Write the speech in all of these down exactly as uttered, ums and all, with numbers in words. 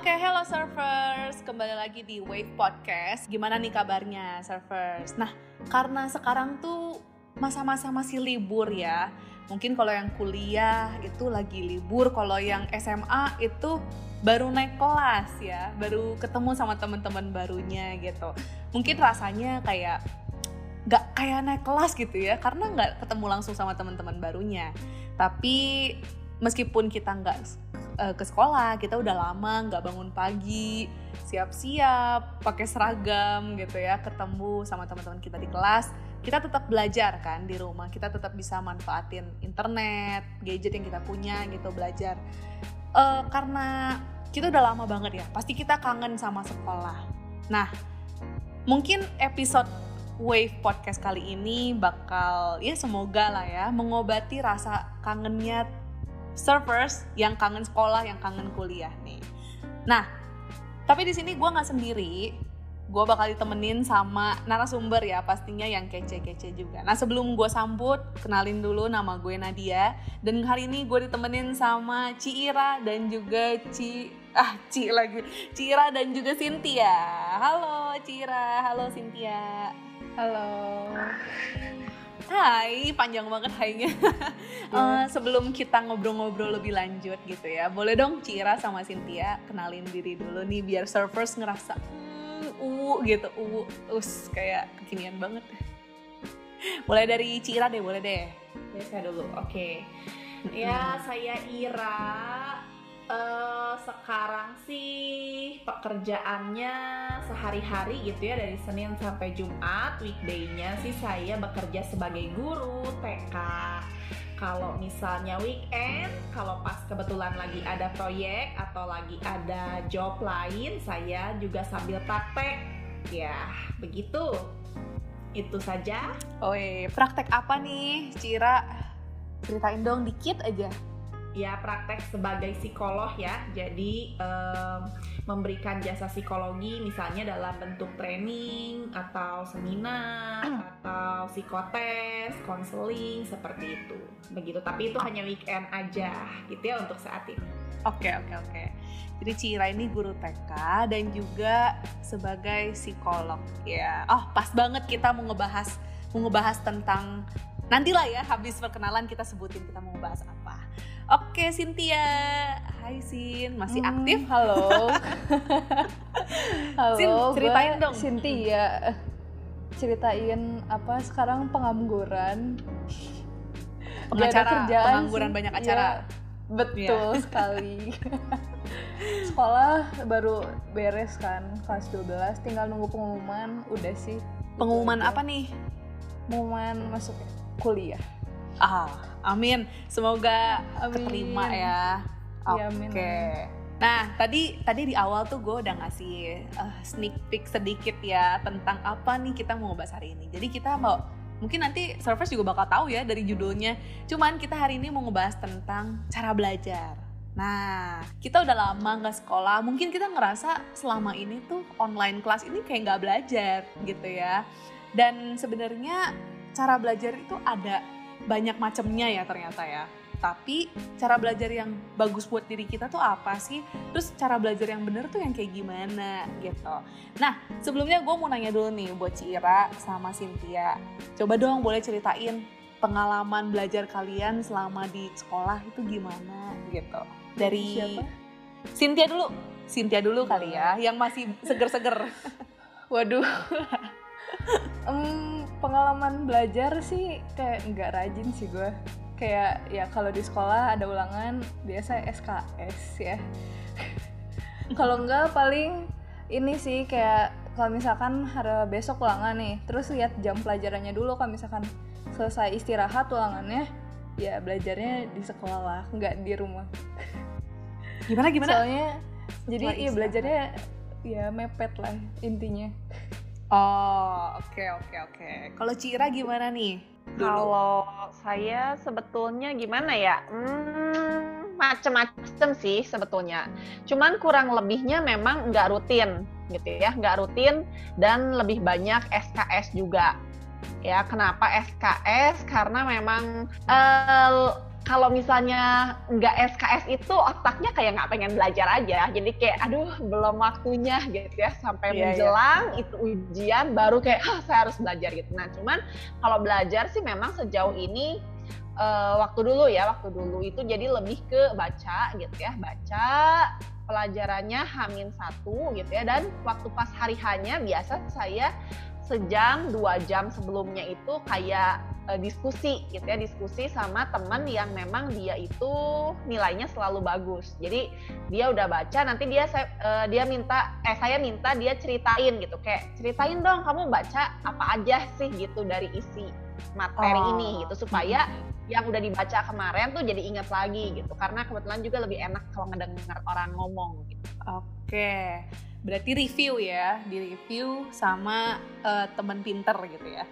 Oke, hello surfers, kembali lagi di Wave Podcast. Gimana nih kabarnya surfers? Nah, karena sekarang tuh masa-masa masih libur ya. Mungkin kalau yang kuliah itu lagi libur, kalau yang S M A itu baru naik kelas ya, baru ketemu sama teman-teman barunya gitu. Mungkin rasanya kayak gak kayak naik kelas gitu ya, karena gak ketemu langsung sama teman-teman barunya. Tapi meskipun kita gak uh, ke sekolah, kita udah lama gak bangun pagi, siap-siap, pakai seragam gitu ya, ketemu sama teman-teman kita di kelas, kita tetap belajar kan di rumah, kita tetap bisa manfaatin internet, gadget yang kita punya gitu, belajar. Uh, karena kita udah lama banget ya, pasti kita kangen sama sekolah. Nah, mungkin episode Wave Podcast kali ini bakal, ya semoga lah ya, mengobati rasa kangennya surfers yang kangen sekolah, yang kangen kuliah nih. Nah, tapi di sini gue nggak sendiri, gue bakal ditemenin sama narasumber ya, pastinya yang kece-kece juga. Nah, sebelum gue sambut, kenalin dulu, nama gue Nadia, dan hari ini gue ditemenin sama Ci Ira dan juga Ci ah Ci lagi, Ci Ira dan juga Cynthia. Halo Ci Ira, halo Cynthia. Halo. Hai, panjang banget hai-nya. uh, sebelum kita ngobrol-ngobrol lebih lanjut gitu ya, boleh dong Ci Ira sama Cynthia kenalin diri dulu nih, biar surfers ngerasa hmm, uwu gitu, uwu, us kayak kekinian banget. Mulai dari Ci Ira deh, boleh deh. Ya, saya dulu, oke. Okay. Ya, saya Ira. Uh, sekarang sih pekerjaannya sehari-hari gitu ya, dari Senin sampai Jumat. Weekday-nya sih saya bekerja sebagai guru T K. Kalau misalnya weekend, kalau pas kebetulan lagi ada proyek atau lagi ada job lain, saya juga sambil praktek. Ya, begitu. Itu saja. Oi, praktek apa nih, Ci Ira? Ceritain dong dikit aja. Ya, praktek sebagai psikolog ya, jadi um, memberikan jasa psikologi misalnya dalam bentuk training atau seminar atau psikotes, konseling, seperti itu. Begitu, tapi itu hanya weekend aja gitu ya untuk saat ini. Oke, oke, oke. Jadi Ci Ira ini guru T K dan juga sebagai psikolog ya. Oh, pas banget kita mau ngebahas mau ngebahas tentang, nantilah ya habis perkenalan kita sebutin kita mau ngebahas apa. Oke, Cynthia. Hai Sin, masih hmm, aktif? Halo. Halo, Sin, ceritain dong. Cynthia. Ceritain apa sekarang pengangguran. Pengacara, pengangguran sih. Banyak acara. Ya, betul ya. Sekali. Sekolah baru beres kan, kelas dua belas, tinggal nunggu pengumuman, udah sih. Pengumuman apa nih? Pengumuman masuk kuliah. Ah, amin. Semoga amin. Keterima ya. Oke. Okay. Nah, tadi tadi di awal tuh gue udah ngasih uh, sneak peek sedikit ya tentang apa nih kita mau ngebahas hari ini. Jadi kita mau, mungkin nanti surfers juga bakal tahu ya dari judulnya. Cuman kita hari ini mau ngebahas tentang cara belajar. Nah, kita udah lama nggak sekolah. Mungkin kita ngerasa selama ini tuh online class ini kayak nggak belajar gitu ya. Dan sebenarnya cara belajar itu ada banyak macamnya ya ternyata ya. Tapi cara belajar yang bagus buat diri kita tuh apa sih? Terus cara belajar yang bener tuh yang kayak gimana gitu. Nah, sebelumnya gue mau nanya dulu nih buat Ci Ira sama Cynthia. Coba dong boleh ceritain pengalaman belajar kalian selama di sekolah itu gimana gitu. Dari siapa? Cynthia dulu. Cynthia dulu kali ya, yang masih seger-seger. Waduh. um, pengalaman belajar sih kayak nggak rajin sih gue. Kayak ya kalau di sekolah ada ulangan biasa S K S ya. Kalau enggak paling ini sih kayak kalau misalkan hari besok ulangan nih, terus lihat jam pelajarannya dulu. Kalau misalkan selesai istirahat ulangannya, ya belajarnya di sekolah, nggak di rumah. Gimana gimana? Soalnya setelah jadi iya belajarnya ya mepet lah intinya. Oh, oke okay, oke okay, oke. Okay. Kalau Ci Ira gimana nih? Dulu. Kalau saya sebetulnya gimana ya? Hmm, macem-macem sih sebetulnya. Cuman kurang lebihnya memang nggak rutin gitu ya, nggak rutin dan lebih banyak S K S juga. Ya, kenapa S K S? Karena memang uh, kalau misalnya nggak S K S itu otaknya kayak nggak pengen belajar aja, jadi kayak aduh belum waktunya gitu ya, sampai Iya, menjelang itu ujian baru kayak ah, saya harus belajar gitu. Nah cuman kalau belajar sih memang sejauh ini uh, waktu dulu ya waktu dulu itu jadi lebih ke baca gitu ya, baca pelajarannya Hamin satu gitu ya, dan waktu pas hari hanya biasa saya sejam dua jam sebelumnya itu kayak uh, diskusi gitu ya, diskusi sama teman yang memang dia itu nilainya selalu bagus. Jadi dia udah baca, nanti dia saya, uh, dia minta eh saya minta dia ceritain gitu, kayak ceritain dong kamu baca apa aja sih gitu dari isi materi Oh. ini gitu, supaya yang udah dibaca kemarin tuh jadi ingat lagi gitu, karena kebetulan juga lebih enak kalau ngedenger orang ngomong gitu. Oke, berarti review ya, di review sama uh, teman pinter gitu ya.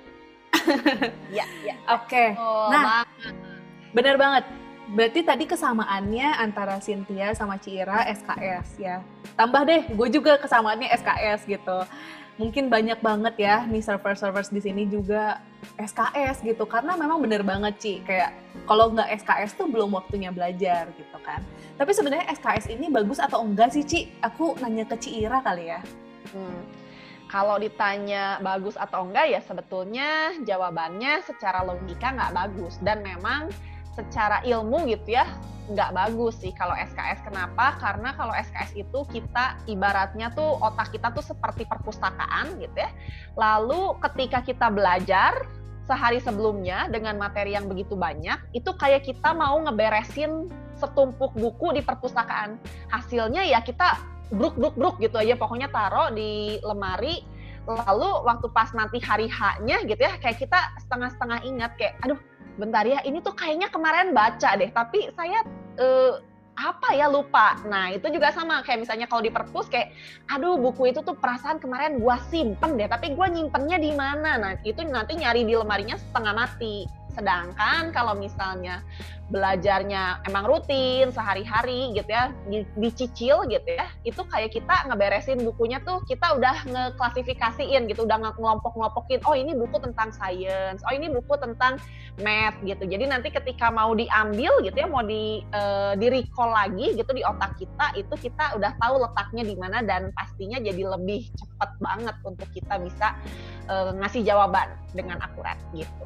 Ya, ya. Oke, Oh, nah banget. benar banget. Berarti tadi kesamaannya antara Cynthia sama Cira S K S ya. Tambah deh, gue juga kesamaannya S K S gitu. Mungkin banyak banget ya nih server-servers di sini juga S K S gitu, karena memang bener banget Ci, kayak kalau nggak S K S tuh belum waktunya belajar gitu kan. Tapi sebenarnya S K S ini bagus atau enggak sih Ci? Aku nanya ke Cira kali ya. Hmm. Kalau ditanya bagus atau enggak ya sebetulnya jawabannya secara logika nggak bagus, dan memang secara ilmu gitu ya nggak bagus sih kalau S K S. Kenapa? Karena kalau S K S itu kita ibaratnya tuh otak kita tuh seperti perpustakaan gitu ya. Lalu ketika kita belajar sehari sebelumnya dengan materi yang begitu banyak, itu kayak kita mau ngeberesin setumpuk buku di perpustakaan. Hasilnya ya kita bruk-bruk-bruk gitu aja, pokoknya taruh di lemari. Lalu waktu pas nanti hari H-nya gitu ya, kayak kita setengah-setengah ingat kayak aduh bentar ya, ini tuh kayaknya kemarin baca deh, tapi saya eh, apa ya lupa. Nah itu juga sama kayak misalnya kalau di perpus kayak aduh buku itu tuh perasaan kemarin gua simpen deh, tapi gua nyimpennya di mana. Nah itu nanti nyari di lemarinya setengah mati. Sedangkan kalau misalnya belajarnya emang rutin sehari-hari gitu ya, dicicil gitu ya, itu kayak kita ngeberesin bukunya tuh kita udah ngeklasifikasiin gitu, udah ngelompok-ngelompokin, oh ini buku tentang science, oh ini buku tentang math gitu. Jadi nanti ketika mau diambil gitu ya, mau di uh, di recall lagi gitu di otak kita, itu kita udah tahu letaknya di mana, dan pastinya jadi lebih cepat banget untuk kita bisa uh, ngasih jawaban dengan akurat gitu.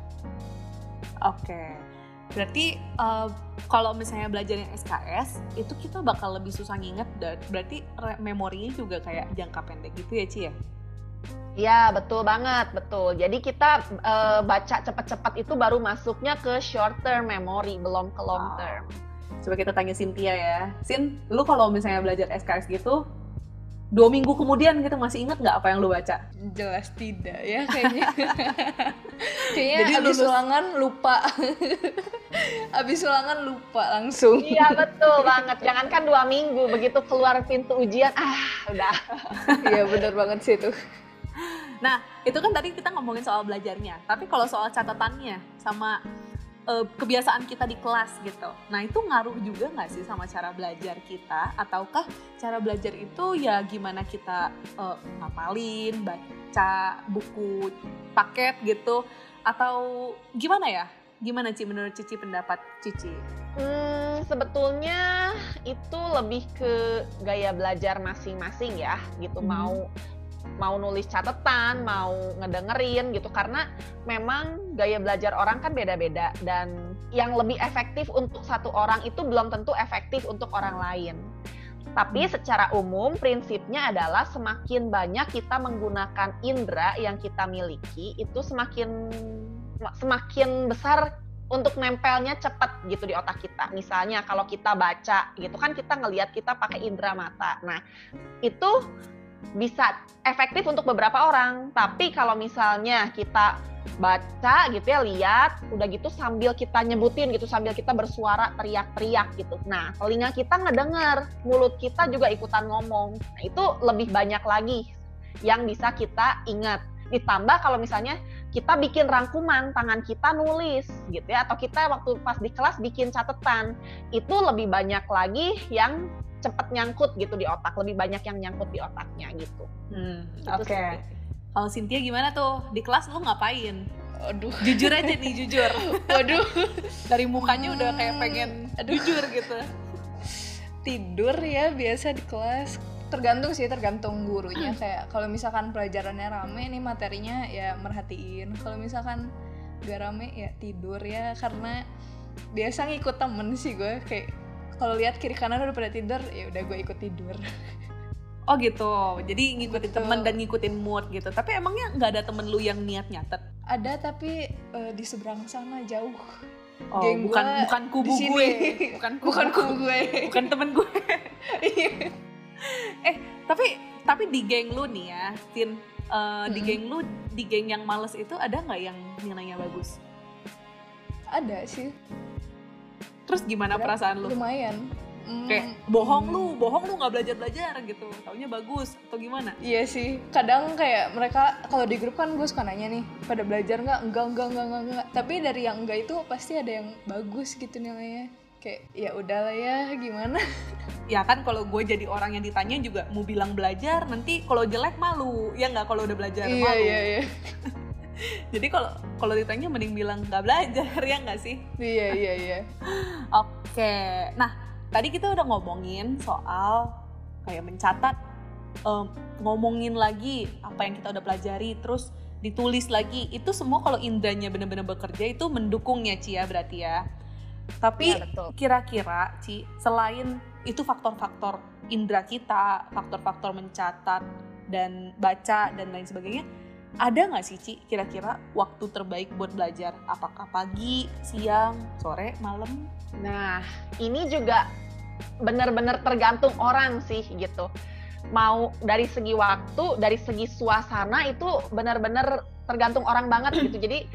Oke, berarti uh, kalau misalnya belajar yang S K S itu kita bakal lebih susah nginget, dan berarti re- memorinya juga kayak jangka pendek gitu ya Ci ya? Iya betul banget, betul. Jadi kita uh, baca cepat-cepat itu baru masuknya ke short term memory, belum ke long term. Coba kita tanya Cynthia ya. Sin, lu kalau misalnya belajar S K S gitu, dua minggu kemudian gitu masih inget nggak apa yang lu baca? Jelas tidak ya kayaknya. Kayaknya Jadi abis lulus- ulangan lupa. Abis ulangan lupa langsung. Iya betul banget. Jangankan dua minggu, begitu keluar pintu ujian, ah udah. Iya benar banget sih itu. Nah, itu kan tadi kita ngomongin soal belajarnya. Tapi kalau soal catatannya sama uh, kebiasaan kita di kelas gitu. Nah, itu ngaruh juga nggak sih sama cara belajar kita? Ataukah cara belajar itu ya gimana kita uh, ngapalin, baca buku paket gitu? Atau gimana ya? Gimana Ci menurut Cici, pendapat Cici? Hmm, sebetulnya itu lebih ke gaya belajar masing-masing ya, gitu. Hmm. Mau mau nulis catatan, mau ngedengerin gitu, karena memang gaya belajar orang kan beda-beda, dan yang lebih efektif untuk satu orang itu belum tentu efektif untuk orang lain. Tapi secara umum prinsipnya adalah semakin banyak kita menggunakan indera yang kita miliki, itu semakin semakin besar untuk nempelnya cepat gitu di otak kita. Misalnya kalau kita baca gitu kan kita ngelihat, kita pakai indera mata. Nah, itu bisa efektif untuk beberapa orang. Tapi kalau misalnya kita baca gitu ya, lihat, udah gitu sambil kita nyebutin gitu, sambil kita bersuara teriak-teriak gitu. Nah, telinga kita ngedenger, mulut kita juga ikutan ngomong. Nah, itu lebih banyak lagi yang bisa kita ingat. Ditambah kalau misalnya kita bikin rangkuman, tangan kita nulis gitu ya, atau kita waktu pas di kelas bikin catatan, itu lebih banyak lagi yang cepat nyangkut gitu di otak, lebih banyak yang nyangkut di otaknya gitu. Hmm, Gitu Oke. sih. Kalau Cynthia gimana tuh? Di kelas lu ngapain? Aduh. Jujur aja nih, jujur. Waduh. Dari mukanya udah kayak pengen Aduh. jujur gitu. Tidur ya biasa di kelas. Tergantung sih, tergantung gurunya. Kayak kalau misalkan pelajarannya rame nih materinya ya merhatiin. Kalau misalkan gak rame ya tidur ya, karena biasa ngikut temen sih gue. Kayak kalau lihat kiri kanan udah pada tidur, ya udah gue ikut tidur. Oh gitu, jadi ngikutin Betul. temen dan ngikutin mood gitu. Tapi emangnya nggak ada temen lu yang niat nyatet? Ada tapi uh, di seberang sana jauh. Oh, Geng bukan gua bukan kubu di sini. gue, bukan kubu, Bukan kubu gue. bukan temen gue. eh tapi tapi di geng lu nih ya, Tin, uh, di Mm-mm. geng lu, di geng yang males itu ada nggak yang nilainya bagus? Ada sih. Terus gimana Berapa? perasaan lu? Lumayan. Mm, Kayak bohong lu, bohong lu nggak belajar belajar gitu, taunya bagus atau gimana? Iya sih, kadang kayak mereka kalau di grup kan gue suka nanya nih, pada belajar nggak? Enggak, enggak, enggak, enggak, enggak. Tapi dari yang enggak itu pasti ada yang bagus gitu nilainya. Kayak ya udahlah ya, gimana? Ya kan kalau gue jadi orang yang ditanya juga mau bilang belajar, nanti kalau jelek malu, ya nggak kalau udah belajar Iya, malu. iya, iya. Jadi kalau kalau ditanya mending bilang nggak belajar, ya nggak sih? Iya, iya, iya. Oke, nah tadi kita udah ngomongin soal kayak mencatat, um, ngomongin lagi apa yang kita udah pelajari, terus ditulis lagi. Itu semua kalau indranya benar-benar bekerja itu mendukungnya, Ci, ya berarti ya. Tapi Iya, betul. kira-kira, Ci, selain itu faktor-faktor indera kita, faktor-faktor mencatat dan baca dan lain sebagainya, ada nggak sih, Ci, kira-kira waktu terbaik buat belajar? Apakah pagi, siang, sore, malam? Nah, ini juga benar-benar tergantung orang sih gitu. Mau dari segi waktu, dari segi suasana itu benar-benar tergantung orang banget gitu. Jadi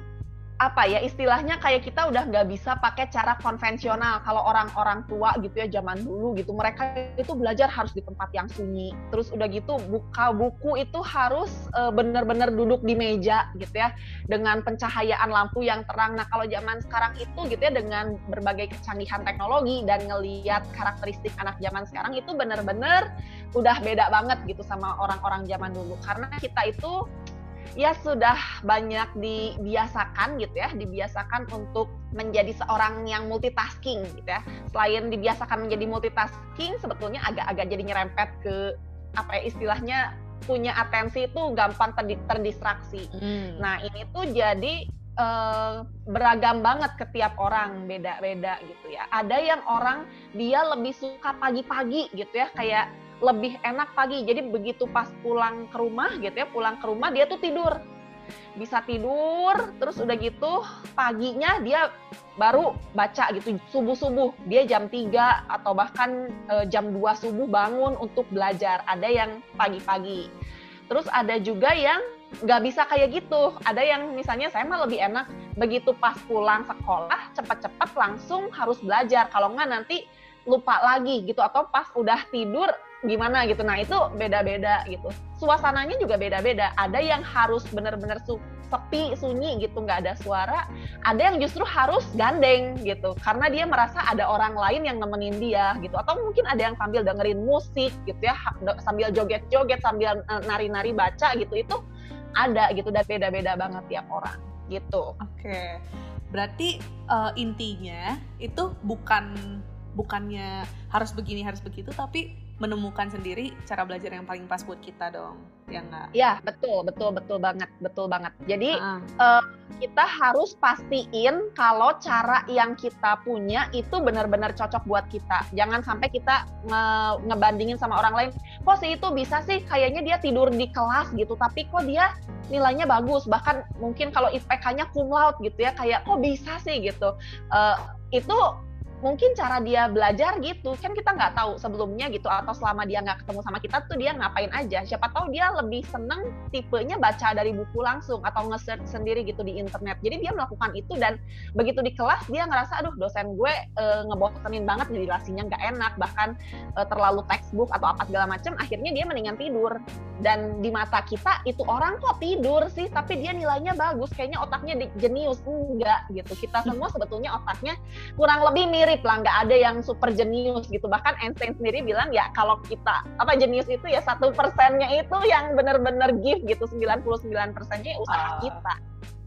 apa ya istilahnya kayak kita udah nggak bisa pakai cara konvensional. Kalau orang-orang tua gitu ya zaman dulu gitu, mereka itu belajar harus di tempat yang sunyi. Terus udah gitu buka buku itu harus e, benar-benar duduk di meja gitu ya, dengan pencahayaan lampu yang terang. Nah kalau zaman sekarang itu gitu ya, dengan berbagai kecanggihan teknologi dan ngelihat karakteristik anak zaman sekarang itu benar-benar udah beda banget gitu sama orang-orang zaman dulu. Karena kita itu ya sudah banyak dibiasakan gitu ya, dibiasakan untuk menjadi seorang yang multitasking gitu ya. Selain dibiasakan menjadi multitasking, sebetulnya agak-agak jadi nyerempet ke apa ya istilahnya, punya atensi itu gampang terdi- terdistraksi. Hmm. Nah ini tuh jadi eh, beragam banget ke tiap orang, beda-beda gitu ya. Ada yang orang dia lebih suka pagi-pagi gitu ya, kayak lebih enak pagi, jadi begitu pas pulang ke rumah gitu ya, pulang ke rumah dia tuh tidur, bisa tidur, terus udah gitu paginya dia baru baca gitu, subuh-subuh, dia jam tiga atau bahkan e, jam dua subuh bangun untuk belajar, ada yang pagi-pagi. Terus ada juga yang nggak bisa kayak gitu, ada yang misalnya saya mah lebih enak, begitu pas pulang sekolah, cepat-cepat langsung harus belajar, kalau nggak nanti lupa lagi gitu, atau pas udah tidur gimana gitu. Nah itu beda-beda gitu, suasananya juga beda-beda. Ada yang harus benar-benar su- sepi, sunyi gitu, nggak ada suara. Ada yang justru harus gandeng gitu, karena dia merasa ada orang lain yang nemenin dia gitu. Atau mungkin ada yang sambil dengerin musik gitu ya, sambil joget-joget, sambil nari-nari baca gitu. Itu ada gitu, dan beda-beda banget tiap orang gitu. Oke, berarti uh, intinya itu bukan bukannya harus begini harus begitu, tapi menemukan sendiri cara belajar yang paling pas buat kita dong, ya nggak? Ya betul betul betul banget betul banget. Jadi uh-uh. uh, kita harus pastiin kalau cara yang kita punya itu benar-benar cocok buat kita. Jangan sampai kita nge- ngebandingin sama orang lain. Kok sih itu bisa sih, kayaknya dia tidur di kelas gitu, tapi kok dia nilainya bagus. Bahkan mungkin kalau I P K-nya cum laude gitu ya, kayak kok bisa sih gitu. Uh, itu mungkin cara dia belajar gitu, kan kita nggak tahu sebelumnya gitu, atau selama dia nggak ketemu sama kita tuh dia ngapain aja. Siapa tahu dia lebih seneng tipenya baca dari buku langsung atau nge-search sendiri gitu di internet. Jadi dia melakukan itu, dan begitu di kelas dia ngerasa aduh dosen gue e, ngebosenin banget, ngejelasinnya nggak enak, bahkan e, terlalu textbook atau apa segala macam, akhirnya dia mendingan tidur. Dan di mata kita itu orang kok tidur sih tapi dia nilainya bagus, kayaknya otaknya jenius. Enggak gitu, kita semua sebetulnya otaknya kurang lebih mirip lah, nggak ada yang super jenius gitu. Bahkan Einstein sendiri bilang ya kalau kita apa jenius itu ya satu persennya itu yang benar-benar gift gitu, sembilan puluh sembilan persennya usaha Ah. kita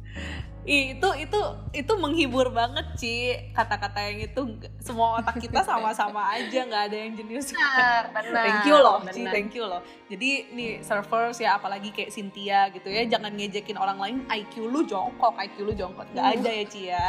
Ih, itu itu itu menghibur banget Ci, kata-kata yang itu semua otak kita sama-sama aja, nggak ada yang jenius. Benar, benar. Thank you loh Ci, benar. thank you loh. Jadi nih servers ya, apalagi kayak Cynthia gitu ya, jangan ngejekin orang lain I Q lu jongkok, I Q lu jongkok, nggak Hmm. ada ya Ci ya.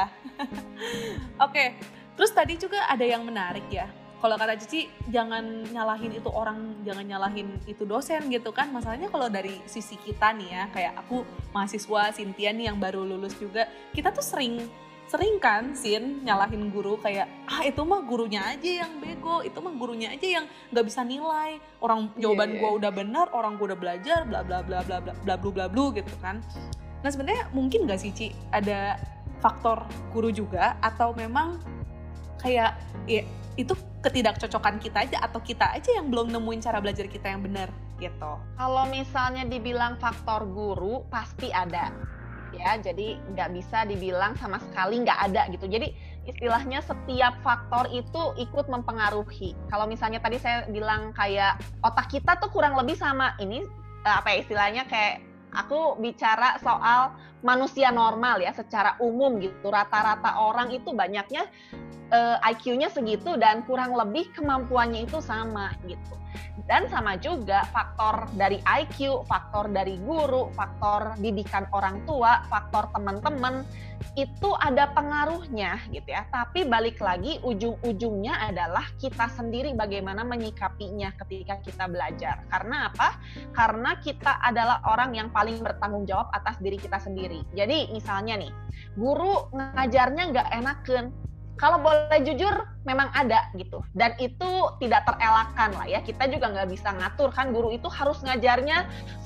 Oke, terus tadi juga ada yang menarik ya. Kalau kata Cici, jangan nyalahin itu orang, jangan nyalahin itu dosen gitu kan. Masalahnya kalau dari sisi kita nih ya, kayak aku mahasiswa, Cynthia nih yang baru lulus juga, kita tuh sering sering kan Sin nyalahin guru kayak, ah itu mah gurunya aja yang bego, itu mah gurunya aja yang nggak bisa nilai. Orang jawaban Yeah. gua udah benar, orang gua udah belajar, bla bla bla bla bla bla bla bla bla gitu kan. Nah sebenarnya mungkin nggak sih Ci ada faktor guru juga, atau memang kayak ya itu ketidakcocokan kita aja, atau kita aja yang belum nemuin cara belajar kita yang benar gitu. Kalau misalnya dibilang faktor guru pasti ada, ya. Jadi nggak bisa dibilang sama sekali nggak ada gitu. Jadi istilahnya setiap faktor itu ikut mempengaruhi. Kalau misalnya tadi saya bilang kayak otak kita tuh kurang lebih sama ini eh, apa ya istilahnya kayak aku bicara soal manusia normal ya secara umum gitu. Rata-rata orang itu banyaknya uh, I Q-nya segitu dan kurang lebih kemampuannya itu sama gitu. Dan sama juga faktor dari I Q, faktor dari guru, faktor didikan orang tua, faktor teman-teman itu ada pengaruhnya gitu ya. Tapi balik lagi ujung-ujungnya adalah kita sendiri bagaimana menyikapinya ketika kita belajar. Karena apa? Karena kita adalah orang yang paling bertanggung jawab atas diri kita sendiri. Jadi misalnya nih, guru ngajarnya nggak enakeun. Kalau boleh jujur, memang ada gitu. Dan itu tidak terelakkan lah ya. Kita juga nggak bisa ngatur kan guru itu harus ngajarnya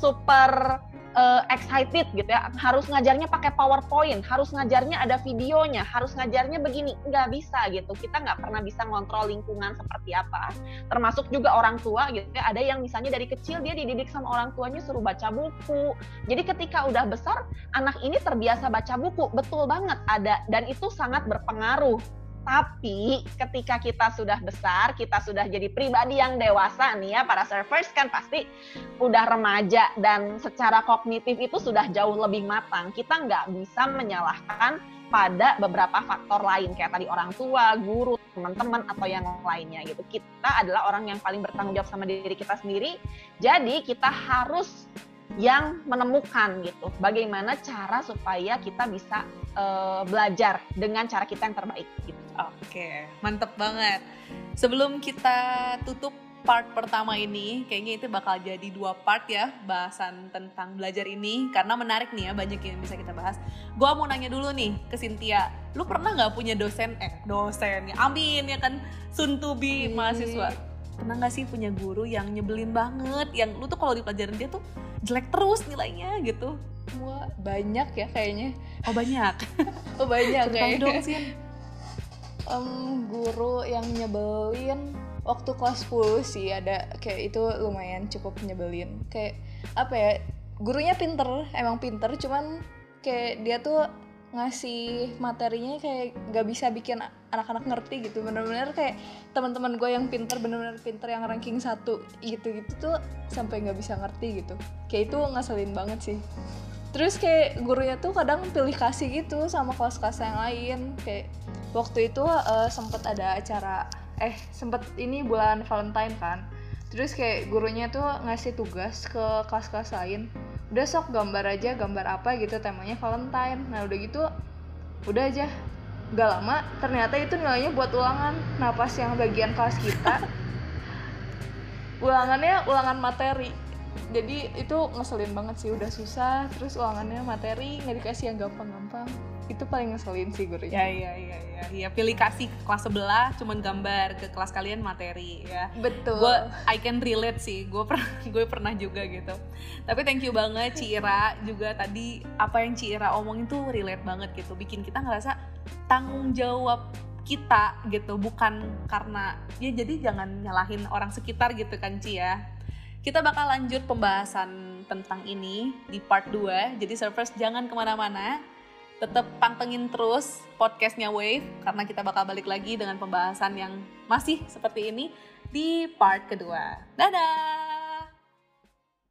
super uh, excited gitu ya. Harus ngajarnya pakai PowerPoint, harus ngajarnya ada videonya, harus ngajarnya begini. Nggak bisa gitu. Kita nggak pernah bisa ngontrol lingkungan seperti apa. Termasuk juga orang tua gitu ya. Ada yang misalnya dari kecil dia dididik sama orang tuanya suruh baca buku. Jadi ketika udah besar, anak ini terbiasa baca buku. Betul banget ada. Dan itu sangat berpengaruh. Tapi ketika kita sudah besar, kita sudah jadi pribadi yang dewasa nih ya, para servers kan pasti udah remaja dan secara kognitif itu sudah jauh lebih matang. Kita nggak bisa menyalahkan pada beberapa faktor lain kayak tadi orang tua, guru, teman-teman atau yang lainnya gitu. Kita adalah orang yang paling bertanggung jawab sama diri kita sendiri. Jadi kita harus yang menemukan gitu bagaimana cara supaya kita bisa uh, belajar dengan cara kita yang terbaik gitu. Oke, mantep banget. Sebelum kita tutup part pertama ini, kayaknya itu bakal jadi dua part ya, bahasan tentang belajar ini, karena menarik nih ya, banyak yang bisa kita bahas. Gua mau nanya dulu nih ke Cynthia, lu pernah gak punya dosen, eh dosen ya, amin ya kan, soon to be mahasiswa. Pernah gak sih punya guru yang nyebelin banget, yang lu tuh kalau di pelajaran dia tuh jelek terus nilainya gitu? Wah, banyak ya kayaknya. Oh banyak? Oh banyak Ceritain kayaknya. dong Sin. Um, guru yang nyebelin waktu kelas sepuluh sih ada, kayak itu lumayan cukup nyebelin. Kayak apa ya, gurunya pinter, emang pinter, cuman kayak dia tuh ngasih materinya kayak gak bisa bikin anak-anak ngerti gitu. Bener-bener kayak teman-teman gue yang pinter, bener-bener pinter yang ranking satu gitu-gitu tuh sampai gak bisa ngerti gitu. Kayak itu ngeselin banget sih. Terus kayak gurunya tuh kadang pilih kasih gitu sama kelas-kelas yang lain. Kayak waktu itu uh, sempet ada acara, eh sempet ini bulan Valentine kan. Terus kayak gurunya tuh ngasih tugas ke kelas-kelas lain. Udah sok gambar aja, gambar apa gitu, temanya Valentine. Nah udah gitu, udah aja. Gak lama ternyata itu nilainya buat ulangan. Nah pas yang bagian kelas kita, ulangannya ulangan materi. Jadi itu ngeselin banget sih, udah susah, terus ulangannya materi nggak dikasih yang gampang-gampang. Itu paling ngeselin sih gurunya. Ya iya iya iya, ya, pilih kasih ke kelas sebelah cuman gambar, ke kelas kalian materi ya. Betul. Gue I can relate sih, gue pernah gue pernah juga gitu. Tapi thank you banget Ci Ira juga, tadi apa yang Ci Ira omongin tuh relate banget gitu, bikin kita ngerasa tanggung jawab kita gitu, bukan karena ya, jadi jangan nyalahin orang sekitar gitu kan Ci ya. Kita bakal lanjut pembahasan tentang ini di part dua, jadi servers jangan kemana-mana, tetap pantengin terus podcastnya Wave, karena kita bakal balik lagi dengan pembahasan yang masih seperti ini di part kedua. Dadah!